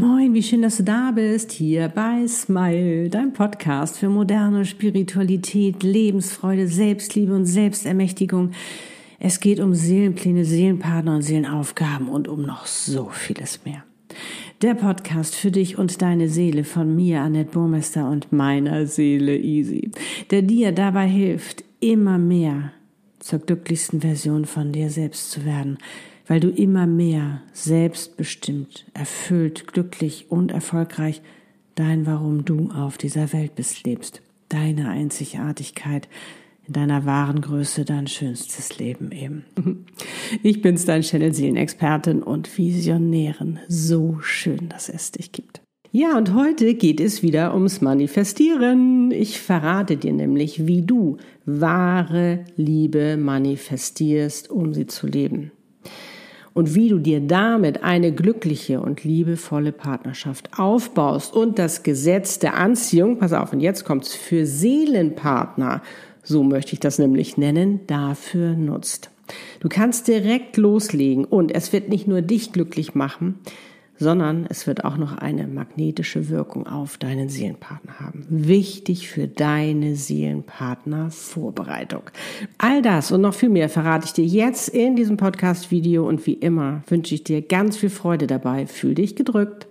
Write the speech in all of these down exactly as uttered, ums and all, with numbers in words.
Moin, wie schön, dass du da bist, hier bei Smile, dein Podcast für moderne Spiritualität, Lebensfreude, Selbstliebe und Selbstermächtigung. Es geht um Seelenpläne, Seelenpartner und Seelenaufgaben und um noch so vieles mehr. Der Podcast für dich und deine Seele von mir, Annette Burmester, und meiner Seele Easy, der dir dabei hilft, immer mehr zur glücklichsten Version von dir selbst zu werden, weil du immer mehr selbstbestimmt, erfüllt, glücklich und erfolgreich dein Warum du auf dieser Welt bist, lebst. Deine Einzigartigkeit in deiner wahren Größe, dein schönstes Leben eben. Ich bin's, dein Channel-Seelenexpertin und Visionärin. So schön, dass es dich gibt. Ja, und heute geht es wieder ums Manifestieren. Ich verrate dir nämlich, wie du wahre Liebe manifestierst, um sie zu leben. Und wie du dir damit eine glückliche und liebevolle Partnerschaft aufbaust und das Gesetz der Anziehung, pass auf, und jetzt kommt's, für Seelenpartner, so möchte ich das nämlich nennen, dafür nutzt. Du kannst direkt loslegen und es wird nicht nur dich glücklich machen, sondern es wird auch noch eine magnetische Wirkung auf deinen Seelenpartner haben. Wichtig für deine Seelenpartner-Vorbereitung. All das und noch viel mehr verrate ich dir jetzt in diesem Podcast-Video und wie immer wünsche ich dir ganz viel Freude dabei. Fühl dich gedrückt.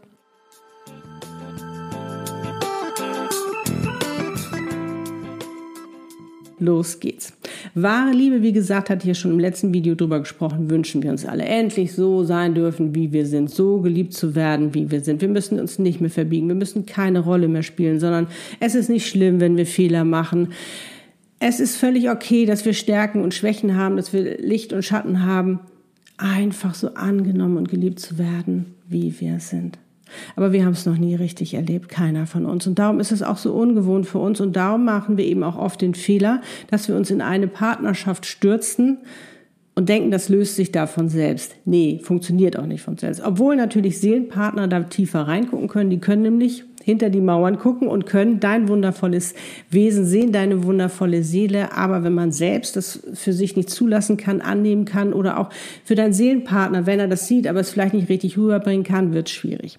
Los geht's. Wahre Liebe, wie gesagt, hatte ich ja schon im letzten Video drüber gesprochen, wünschen wir uns alle endlich so sein dürfen, wie wir sind, so geliebt zu werden, wie wir sind. Wir müssen uns nicht mehr verbiegen, wir müssen keine Rolle mehr spielen, sondern es ist nicht schlimm, wenn wir Fehler machen. Es ist völlig okay, dass wir Stärken und Schwächen haben, dass wir Licht und Schatten haben. Einfach so angenommen und geliebt zu werden, wie wir sind. Aber wir haben es noch nie richtig erlebt, keiner von uns. Und darum ist es auch so ungewohnt für uns. Und darum machen wir eben auch oft den Fehler, dass wir uns in eine Partnerschaft stürzen und denken, das löst sich da von selbst. Nee, funktioniert auch nicht von selbst. Obwohl natürlich Seelenpartner da tiefer reingucken können. Die können nämlich hinter die Mauern gucken und können dein wundervolles Wesen sehen, deine wundervolle Seele. Aber wenn man selbst das für sich nicht zulassen kann, annehmen kann oder auch für deinen Seelenpartner, wenn er das sieht, aber es vielleicht nicht richtig rüberbringen kann, wird es schwierig.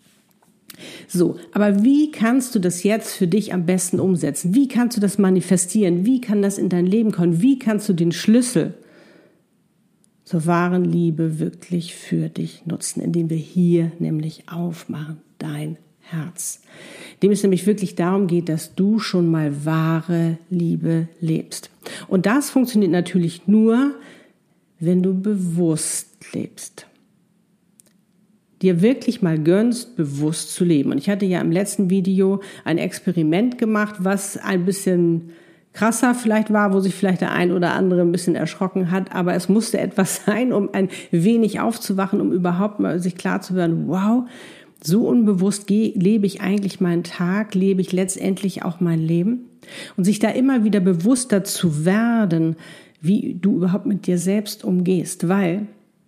So, aber wie kannst du das jetzt für dich am besten umsetzen? Wie kannst du das manifestieren? Wie kann das in dein Leben kommen? Wie kannst du den Schlüssel zur wahren Liebe wirklich für dich nutzen, indem wir hier nämlich aufmachen, dein Herz. Dem es nämlich wirklich darum geht, dass du schon mal wahre Liebe lebst. Und das funktioniert natürlich nur, wenn du bewusst lebst. Dir wirklich mal gönnst, bewusst zu leben. Und ich hatte ja im letzten Video ein Experiment gemacht, was ein bisschen krasser vielleicht war, wo sich vielleicht der ein oder andere ein bisschen erschrocken hat, aber es musste etwas sein, um ein wenig aufzuwachen, um überhaupt mal sich klar zu werden, wow, so unbewusst lebe ich eigentlich meinen Tag, lebe ich letztendlich auch mein Leben. Und sich da immer wieder bewusster zu werden, wie du überhaupt mit dir selbst umgehst, weil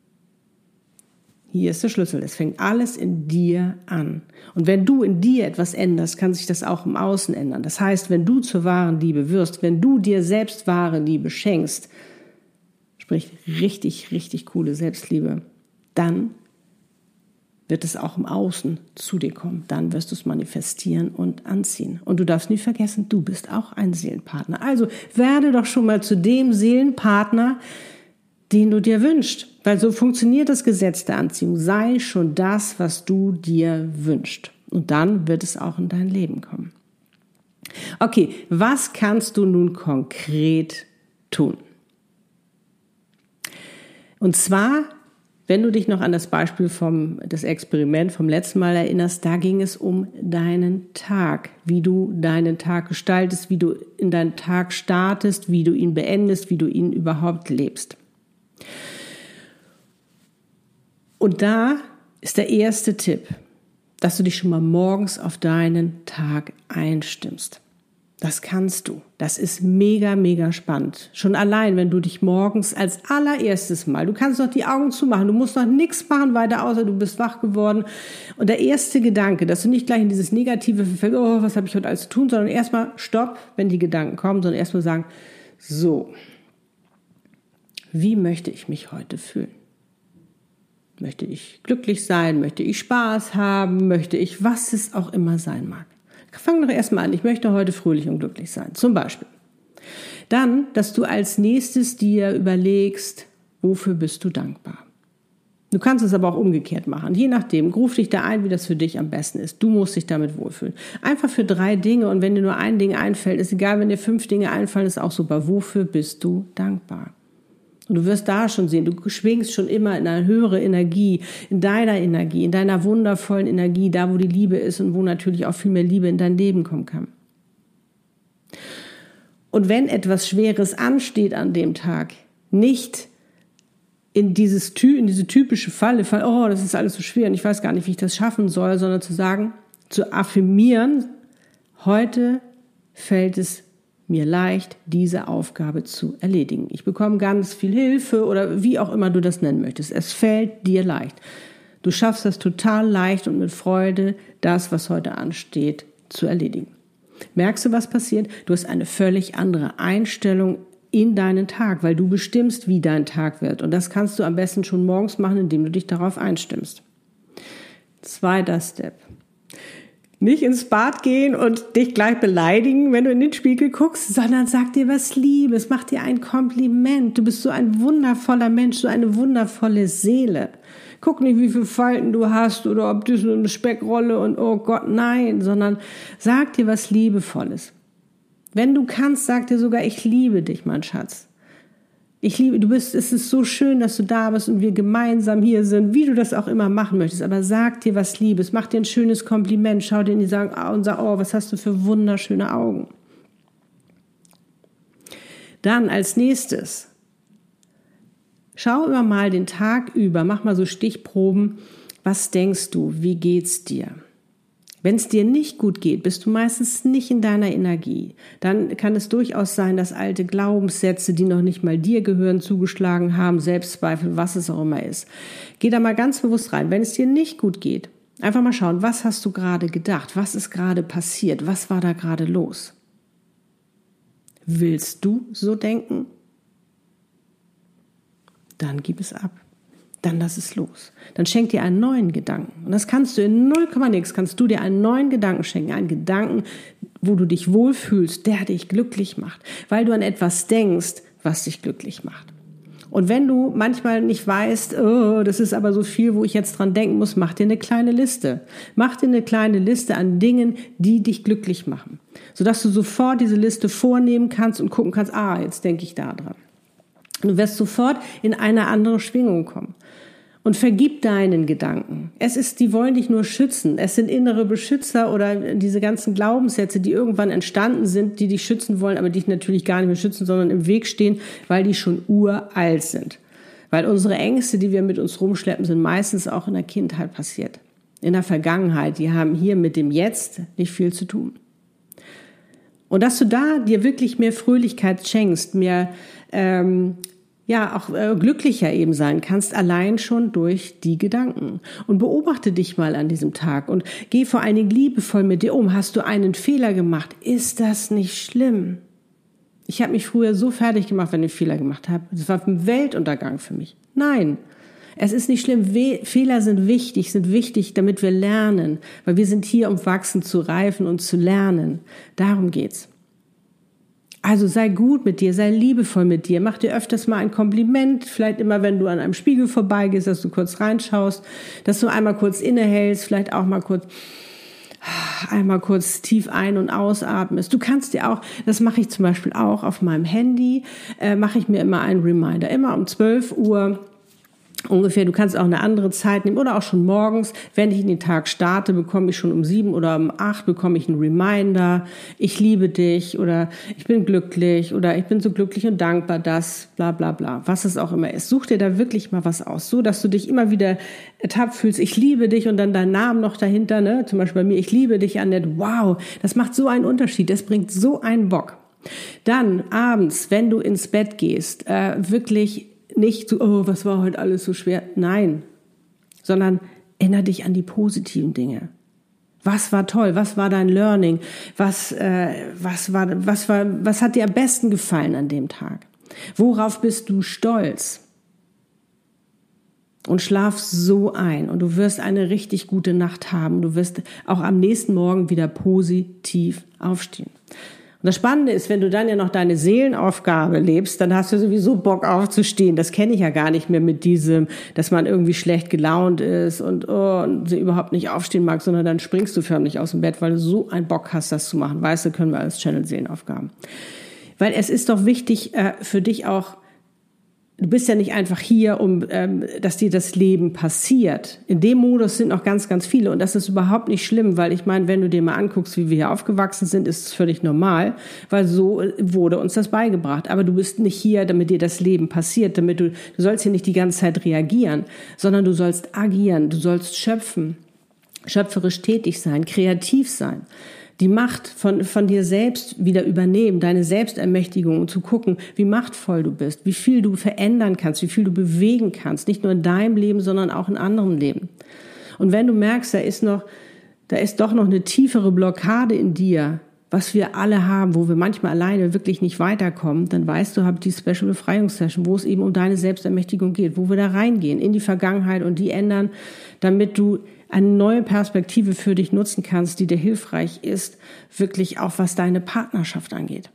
hier ist der Schlüssel. Es fängt alles in dir an. Und wenn du in dir etwas änderst, kann sich das auch im Außen ändern. Das heißt, wenn du zur wahren Liebe wirst, wenn du dir selbst wahre Liebe schenkst, sprich richtig, richtig coole Selbstliebe, dann wird es auch im Außen zu dir kommen. Dann wirst du es manifestieren und anziehen. Und du darfst nie vergessen, du bist auch ein Seelenpartner. Also werde doch schon mal zu dem Seelenpartner, den du dir wünschst. Weil so funktioniert das Gesetz der Anziehung. Sei schon das, was du dir wünschst. Und dann wird es auch in dein Leben kommen. Okay, was kannst du nun konkret tun? Und zwar, wenn du dich noch an das Beispiel vom das Experiment vom letzten Mal erinnerst, da ging es um deinen Tag, wie du deinen Tag gestaltest, wie du in deinen Tag startest, wie du ihn beendest, wie du ihn überhaupt lebst. Und da ist der erste Tipp, dass du dich schon mal morgens auf deinen Tag einstimmst. Das kannst du. Das ist mega, mega spannend. Schon allein, wenn du dich morgens als allererstes Mal, du kannst noch die Augen zumachen, du musst noch nichts machen weiter, außer du bist wach geworden. Und der erste Gedanke, dass du nicht gleich in dieses Negative verfällst, oh, was habe ich heute alles zu tun, sondern erstmal stopp, wenn die Gedanken kommen, sondern erstmal sagen, so, wie möchte ich mich heute fühlen? Möchte ich glücklich sein? Möchte ich Spaß haben? Möchte ich, was es auch immer sein mag? Fang doch erstmal an. Ich möchte heute fröhlich und glücklich sein. Zum Beispiel. Dann, dass du als nächstes dir überlegst, wofür bist du dankbar? Du kannst es aber auch umgekehrt machen. Je nachdem, ruf dich da ein, wie das für dich am besten ist. Du musst dich damit wohlfühlen. Einfach für drei Dinge, und wenn dir nur ein Ding einfällt, ist egal, wenn dir fünf Dinge einfallen, ist auch super. Wofür bist du dankbar? Und du wirst da schon sehen, du schwingst schon immer in eine höhere Energie, in deiner Energie, in deiner wundervollen Energie, da wo die Liebe ist und wo natürlich auch viel mehr Liebe in dein Leben kommen kann. Und wenn etwas Schweres ansteht an dem Tag, nicht in dieses in diese typische Falle, oh, das ist alles so schwer und ich weiß gar nicht, wie ich das schaffen soll, sondern zu sagen, zu affirmieren, heute fällt es mir leicht, diese Aufgabe zu erledigen. Ich bekomme ganz viel Hilfe oder wie auch immer du das nennen möchtest. Es fällt dir leicht. Du schaffst das total leicht und mit Freude, das, was heute ansteht, zu erledigen. Merkst du, was passiert? Du hast eine völlig andere Einstellung in deinen Tag, weil du bestimmst, wie dein Tag wird. Und das kannst du am besten schon morgens machen, indem du dich darauf einstimmst. Zweiter Step. Nicht ins Bad gehen und dich gleich beleidigen, wenn du in den Spiegel guckst, sondern sag dir was Liebes, mach dir ein Kompliment. Du bist so ein wundervoller Mensch, so eine wundervolle Seele. Guck nicht, wie viele Falten du hast oder ob du so eine Speckrolle und oh Gott, nein, sondern sag dir was Liebevolles. Wenn du kannst, sag dir sogar, ich liebe dich, mein Schatz. Ich liebe, du bist, es ist so schön, dass du da bist und wir gemeinsam hier sind, wie du das auch immer machen möchtest. Aber sag dir was Liebes, mach dir ein schönes Kompliment, schau dir in die Augen und sag, oh, was hast du für wunderschöne Augen. Dann als nächstes, schau immer mal den Tag über, mach mal so Stichproben, was denkst du, wie geht's dir? Wenn es dir nicht gut geht, bist du meistens nicht in deiner Energie. Dann kann es durchaus sein, dass alte Glaubenssätze, die noch nicht mal dir gehören, zugeschlagen haben, Selbstzweifel, was es auch immer ist. Geh da mal ganz bewusst rein. Wenn es dir nicht gut geht, einfach mal schauen, was hast du gerade gedacht? Was ist gerade passiert? Was war da gerade los? Willst du so denken? Dann gib es ab. Dann lass es los. Dann schenk dir einen neuen Gedanken. Und das kannst du in null Komma nix, kannst du dir einen neuen Gedanken schenken. Einen Gedanken, wo du dich wohlfühlst, der dich glücklich macht. Weil du an etwas denkst, was dich glücklich macht. Und wenn du manchmal nicht weißt, oh, das ist aber so viel, wo ich jetzt dran denken muss, mach dir eine kleine Liste. Mach dir eine kleine Liste an Dingen, die dich glücklich machen. Sodass du sofort diese Liste vornehmen kannst und gucken kannst, ah, jetzt denke ich da dran. Du wirst sofort in eine andere Schwingung kommen. Und vergib deinen Gedanken. Es ist, die wollen dich nur schützen. Es sind innere Beschützer oder diese ganzen Glaubenssätze, die irgendwann entstanden sind, die dich schützen wollen, aber dich natürlich gar nicht mehr schützen, sondern im Weg stehen, weil die schon uralt sind. Weil unsere Ängste, die wir mit uns rumschleppen, sind meistens auch in der Kindheit passiert. In der Vergangenheit. Die haben hier mit dem Jetzt nicht viel zu tun. Und dass du da dir wirklich mehr Fröhlichkeit schenkst, mehr ähm, ja auch äh, glücklicher eben sein kannst, allein schon durch die Gedanken. Und beobachte dich mal an diesem Tag und geh vor allen Dingen liebevoll mit dir um. Hast du einen Fehler gemacht? Ist das nicht schlimm? Ich habe mich früher so fertig gemacht, wenn ich Fehler gemacht habe. Das war ein Weltuntergang für mich. Nein, es ist nicht schlimm. We- Fehler sind wichtig, sind wichtig, damit wir lernen. Weil wir sind hier, um wachsen, zu reifen und zu lernen. Darum geht's. Also sei gut mit dir, sei liebevoll mit dir, mach dir öfters mal ein Kompliment, vielleicht immer, wenn du an einem Spiegel vorbeigehst, dass du kurz reinschaust, dass du einmal kurz innehältst, vielleicht auch mal kurz, einmal kurz tief ein- und ausatmest. Du kannst dir auch, das mache ich zum Beispiel auch auf meinem Handy, äh, mache ich mir immer einen Reminder, immer um zwölf Uhr ungefähr. Du kannst auch eine andere Zeit nehmen oder auch schon morgens. Wenn ich in den Tag starte, bekomme ich schon um sieben oder um acht bekomme ich einen Reminder. Ich liebe dich oder ich bin glücklich oder ich bin so glücklich und dankbar, dass bla bla bla, was es auch immer ist. Such dir da wirklich mal was aus, so dass du dich immer wieder ertappt fühlst. Ich liebe dich und dann dein Name noch dahinter, ne? Zum Beispiel bei mir, ich liebe dich, Annette. Wow, das macht so einen Unterschied. Das bringt so einen Bock. Dann abends, wenn du ins Bett gehst, äh, wirklich nicht so, oh, was war heute alles so schwer? Nein, sondern erinnere dich an die positiven Dinge. Was war toll? Was war dein Learning? Was, äh, was war, was war, was hat dir am besten gefallen an dem Tag? Worauf bist du stolz? und schlaf so ein und du wirst eine richtig gute Nacht haben. Du wirst auch am nächsten Morgen wieder positiv aufstehen. Und das Spannende ist, wenn du dann ja noch deine Seelenaufgabe lebst, dann hast du sowieso Bock aufzustehen. Das kenne ich ja gar nicht mehr mit diesem, dass man irgendwie schlecht gelaunt ist und, oh, und überhaupt nicht aufstehen mag, sondern dann springst du förmlich aus dem Bett, weil du so einen Bock hast, das zu machen. Weißt du, können wir als Channel Seelenaufgaben. Weil es ist doch wichtig äh, für dich auch, du bist ja nicht einfach hier, um, ähm, dass dir das Leben passiert. In dem Modus sind noch ganz, ganz viele und das ist überhaupt nicht schlimm, weil ich meine, wenn du dir mal anguckst, wie wir hier aufgewachsen sind, ist es völlig normal, weil so wurde uns das beigebracht. Aber du bist nicht hier, damit dir das Leben passiert, damit du, du sollst hier nicht die ganze Zeit reagieren, sondern du sollst agieren, du sollst schöpfen, schöpferisch tätig sein, kreativ sein. Die Macht von, von dir selbst wieder übernehmen, deine Selbstermächtigung und zu gucken, wie machtvoll du bist, wie viel du verändern kannst, wie viel du bewegen kannst, nicht nur in deinem Leben, sondern auch in anderen Leben. Und wenn du merkst, da ist noch, da ist doch noch eine tiefere Blockade in dir, was wir alle haben, wo wir manchmal alleine wirklich nicht weiterkommen, dann weißt du, hab die Special Befreiungssession, wo es eben um deine Selbstermächtigung geht, wo wir da reingehen in die Vergangenheit und die ändern, damit du eine neue Perspektive für dich nutzen kannst, die dir hilfreich ist, wirklich auch was deine Partnerschaft angeht.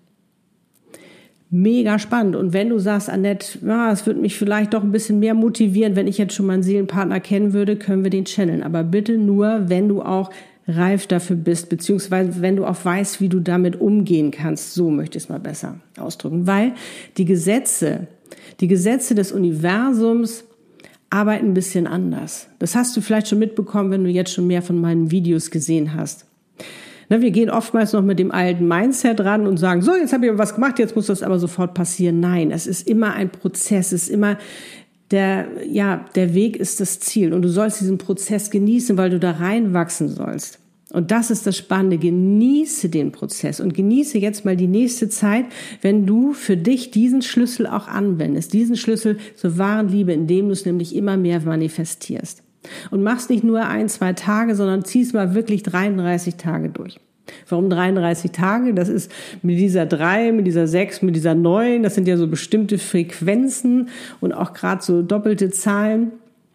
Mega spannend. Und wenn du sagst, Annette, ja, es würde mich vielleicht doch ein bisschen mehr motivieren, wenn ich jetzt schon meinen Seelenpartner kennen würde, können wir den channeln. Aber bitte nur, wenn du auch reif dafür bist, beziehungsweise wenn du auch weißt, wie du damit umgehen kannst. So möchte ich es mal besser ausdrücken. Weil die Gesetze, die Gesetze des Universums arbeiten ein bisschen anders. Das hast du vielleicht schon mitbekommen, wenn du jetzt schon mehr von meinen Videos gesehen hast. Na, wir gehen oftmals noch mit dem alten Mindset ran und sagen, so, jetzt habe ich was gemacht, jetzt muss das aber sofort passieren. Nein, es ist immer ein Prozess, es ist immer der, ja, der Weg ist das Ziel und du sollst diesen Prozess genießen, weil du da reinwachsen sollst. Und das ist das Spannende. Genieße den Prozess und genieße jetzt mal die nächste Zeit, wenn du für dich diesen Schlüssel auch anwendest, diesen Schlüssel zur wahren Liebe, indem du es nämlich immer mehr manifestierst. Und machst nicht nur ein, zwei Tage, sondern ziehst mal wirklich dreiunddreißig Tage durch. Warum dreiunddreißig Tage? Das ist mit dieser drei, mit dieser sechs, mit dieser neun, das sind ja so bestimmte Frequenzen und auch gerade so doppelte Zahlen,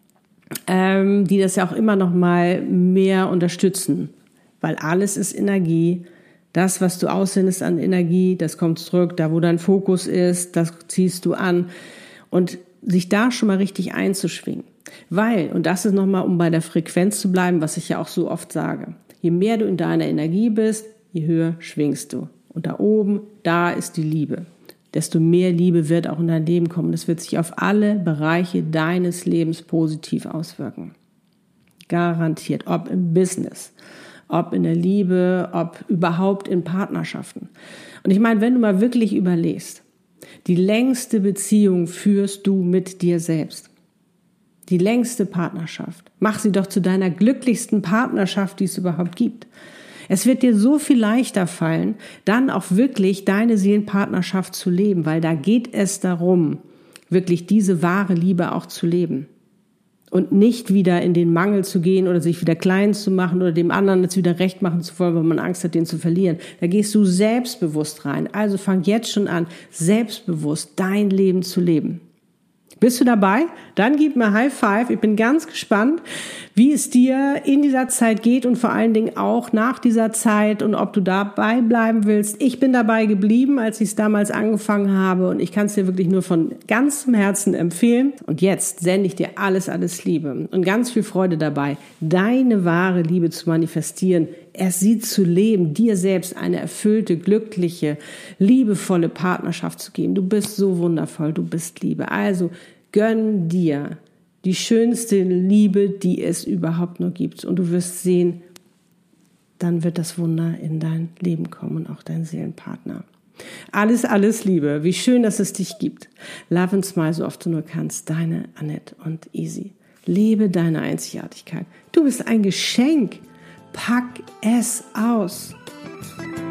ähm, die das ja auch immer noch mal mehr unterstützen. Weil alles ist Energie. Das, was du aussendest an Energie, das kommt zurück. Da, wo dein Fokus ist, das ziehst du an. Und sich da schon mal richtig einzuschwingen. Weil, und das ist nochmal, um bei der Frequenz zu bleiben, was ich ja auch so oft sage, je mehr du in deiner Energie bist, je höher schwingst du. Und da oben, da ist die Liebe. Desto mehr Liebe wird auch in dein Leben kommen. Das wird sich auf alle Bereiche deines Lebens positiv auswirken. Garantiert. Ob im Business, ob in der Liebe, ob überhaupt in Partnerschaften. Und ich meine, wenn du mal wirklich überlegst, die längste Beziehung führst du mit dir selbst. Die längste Partnerschaft. Mach sie doch zu deiner glücklichsten Partnerschaft, die es überhaupt gibt. Es wird dir so viel leichter fallen, dann auch wirklich deine Seelenpartnerschaft zu leben, weil da geht es darum, wirklich diese wahre Liebe auch zu leben. Und nicht wieder in den Mangel zu gehen oder sich wieder klein zu machen oder dem anderen jetzt wieder recht machen zu wollen, weil man Angst hat, den zu verlieren. Da gehst du selbstbewusst rein. Also fang jetzt schon an, selbstbewusst dein Leben zu leben. Bist du dabei? Dann gib mir High Five. Ich bin ganz gespannt, wie es dir in dieser Zeit geht und vor allen Dingen auch nach dieser Zeit und ob du dabei bleiben willst. Ich bin dabei geblieben, als ich es damals angefangen habe und ich kann es dir wirklich nur von ganzem Herzen empfehlen. Und jetzt sende ich dir alles, alles Liebe und ganz viel Freude dabei, deine wahre Liebe zu manifestieren, erst sie zu leben, dir selbst eine erfüllte, glückliche, liebevolle Partnerschaft zu geben. Du bist so wundervoll, du bist Liebe. Also gönn dir die schönste Liebe, die es überhaupt nur gibt. Und du wirst sehen, dann wird das Wunder in dein Leben kommen und auch dein Seelenpartner. Alles, alles Liebe. Wie schön, dass es dich gibt. Love and smile, so oft du nur kannst. Deine Annette und Easy. Lebe deine Einzigartigkeit. Du bist ein Geschenk. Pack es aus.